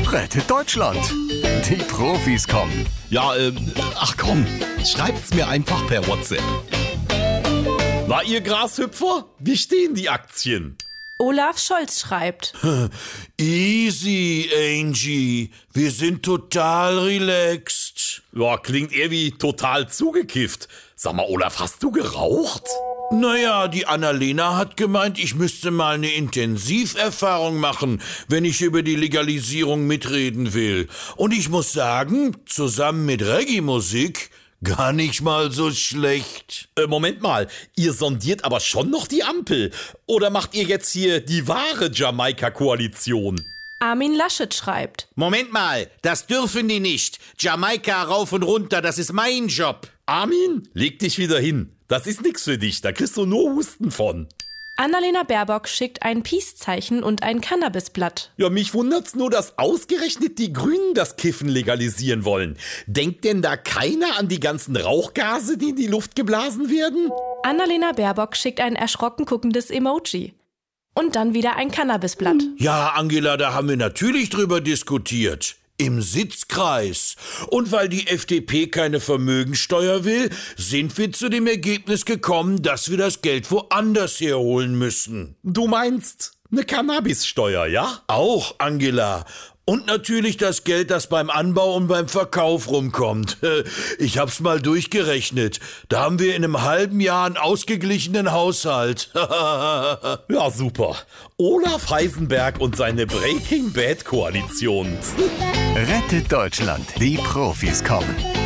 Rettet Deutschland. Die Profis kommen. Ja, ach komm, schreibt's mir einfach per WhatsApp. Na, ihr Grashüpfer, wie stehen die Aktien? Olaf Scholz schreibt. Easy, Angie. Wir sind total relaxed. Ja, klingt eher wie total zugekifft. Sag mal, Olaf, hast du geraucht? Naja, die Annalena hat gemeint, ich müsste mal eine Intensiverfahrung machen, wenn ich über die Legalisierung mitreden will. Und ich muss sagen, zusammen mit Reggae-Musik gar nicht mal so schlecht. Moment mal, ihr sondiert aber schon noch die Ampel. Oder macht ihr jetzt hier die wahre Jamaika-Koalition? Armin Laschet schreibt. Moment mal, das dürfen die nicht. Jamaika rauf und runter, das ist mein Job. Armin, leg dich wieder hin. Das ist nix für dich, da kriegst du nur Husten von. Annalena Baerbock schickt ein Peace-Zeichen und ein Cannabisblatt. Ja, mich wundert's nur, dass ausgerechnet die Grünen das Kiffen legalisieren wollen. Denkt denn da keiner an die ganzen Rauchgase, die in die Luft geblasen werden? Annalena Baerbock schickt ein erschrocken guckendes Emoji. Und dann wieder ein Cannabisblatt. Ja, Angela, da haben wir natürlich drüber diskutiert. Im Sitzkreis. Und weil die FDP keine Vermögensteuer will, sind wir zu dem Ergebnis gekommen, dass wir das Geld woanders herholen müssen. Du meinst eine Cannabissteuer, ja? Auch, Angela. Und natürlich das Geld, das beim Anbau und beim Verkauf rumkommt. Ich hab's mal durchgerechnet. Da haben wir in einem halben Jahr einen ausgeglichenen Haushalt. Ja, super. Olaf Heisenberg und seine Breaking Bad Koalition. Rettet Deutschland. Die Profis kommen.